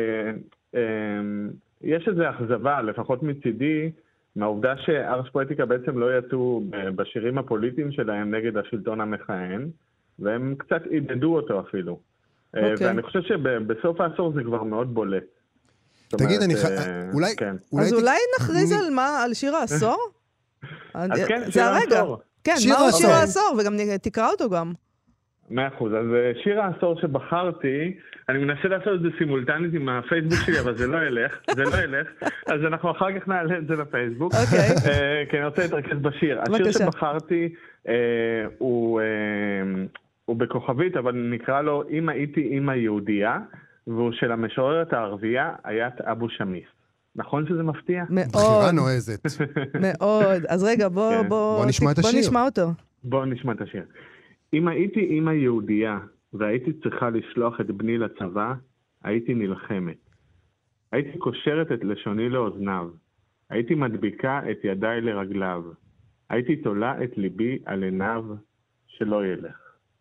יש איזו אכזבה, לפחות מצידי, מהעובדה שארץ פואטיקה בעצם לא יצאו בשירים הפוליטיים שלהם נגד השלטון המכהן, והם קצת עידדו אותו אפילו. ואני חושב שבסוף העשור זה כבר מאוד בולט. תגיד, אולי... אז אולי נכריז על מה? על שיר העשור? אז כן, שיר העשור. כן, מהו שיר העשור? וגם תקרא אותו גם. 100%. אז שיר העשור שבחרתי, אני מנסה לעשות את זה סימולטנית עם הפייסבוק שלי, אבל זה לא ילך. אז אנחנו אחר כך נעלה את זה לפייסבוק. כי אני רוצה להתרכז בשיר. השיר שבחרתי הוא בכוכבית, אבל נקרא לו אם הייתי אימא יהודייה, והוא של המשוררת הערבייה, איית אבו שמיס. נכון שזה מפתיע? מאוד. בחירה נועזת. מאוד. אז רגע, בוא נשמע את השיר. בוא נשמע אותו. בוא נשמע את השיר. אם הייתי אימא יהודייה, והייתי צריכה לשלוח את בני לצבא, הייתי נלחמת. הייתי קושרת את לשוני לאוזניו. הייתי מדביקה את ידיי לרגליו. הייתי תולה את ליבי על עיניו שלא ילך.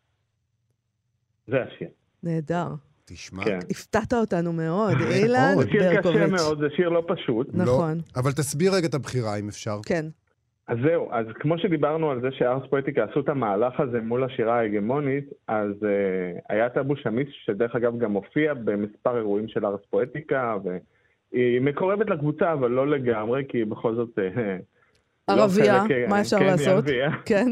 זה השיר. נהדר. תשמע. הפתעת אותנו מאוד, אילן ברקוביץ'. זה שיר קשה מאוד, זה שיר לא פשוט. נכון. אבל תסביר רגע את הבחירה, אם אפשר. כן. אז זהו, אז כמו שדיברנו על זה שארץ פואטיקה עשו את המהלך הזה מול השירה ההגמונית, אז איית אבו שמיס, שדרך אגב גם הופיע במספר אירועים של ארץ פואטיקה, והיא מקורבת לקבוצה, אבל לא לגמרי, כי בכל זאת... ערבייה, מה אפשר לעשות? כן.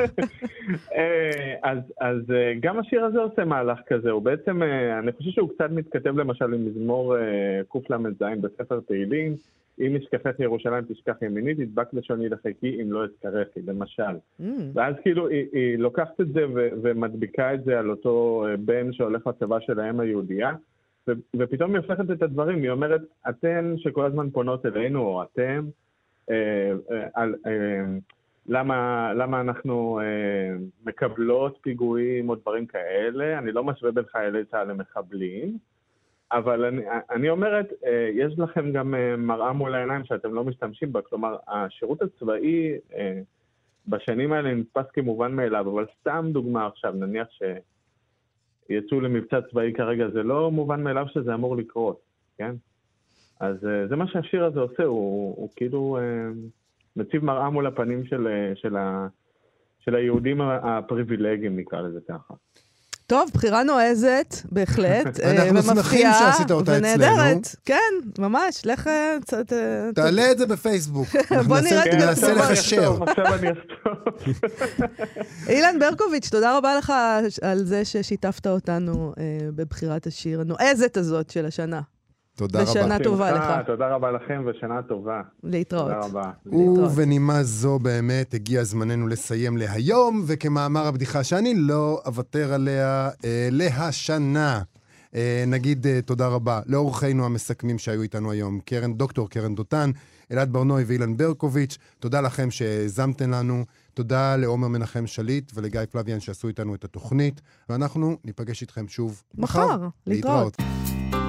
אז גם השיר הזה עושה מהלך כזה, הוא בעצם, אני חושב שהוא קצת מתכתב למשל עם מזמור קל"ז בספר תהילים, אם ישכחך ירושלים תשכח ימיני, תדבק לשוני לחיקי אם לא אזכרכי, למשל. ואז כאילו היא לוקחת את זה ומדביקה את זה על אותו בן שהולך לצבא של האם היהודייה, ופתאום היא הופכת את הדברים, היא אומרת, אתן שכל הזמן פונות אלינו, או אתם, למה אנחנו מקבלות פיגועים או דברים כאלה, אני לא משווה בין חיילי צה"ל למחבלים, אבל אני אומרת, יש לכם גם מראה מול העיניים שאתם לא משתמשים בה, כלומר, השירות הצבאי בשנים האלה נתפס כמובן מאליו, אבל סתם דוגמה עכשיו, נניח שיצאו למבצע צבאי כרגע, זה לא מובן מאליו שזה אמור לקרות, כן? אז זה מה שהשיר הזה עושה, הוא כאילו מציב מראה מול הפנים של היהודים הפריבילגיים, נקרא לזה ככה. טוב, בחירה נועזת, בהחלט. אנחנו שמחים שעשית אותה אצלנו. ונהדרת, כן, ממש, לך... תעלה את זה בפייסבוק. בוא ננסה לחשר. עכשיו אני אסתור. אילן ברקוביץ', תודה רבה לך על זה ששיתפת אותנו בבחירת השיר הנועזת הזאת של השנה. תודה רבה. ושנה טובה לך. תודה רבה לכם ושנה טובה. להתראות. תודה רבה. ובנימה זו באמת הגיע זמננו לסיים להיום, וכמאמר הבדיחה שאני לא אוותר עליה להשנה. נגיד תודה רבה לאורחינו המסכמים שהיו איתנו היום, דוקטור קרן דותן, אלעד ברנוי ואילן ברקוביץ'. תודה לכם שהזמתם לנו. תודה לעומר מנחם שליט ולגיא פלוויאן שעשו איתנו את התוכנית, ואנחנו ניפגש איתכם שוב מחר. להתראות.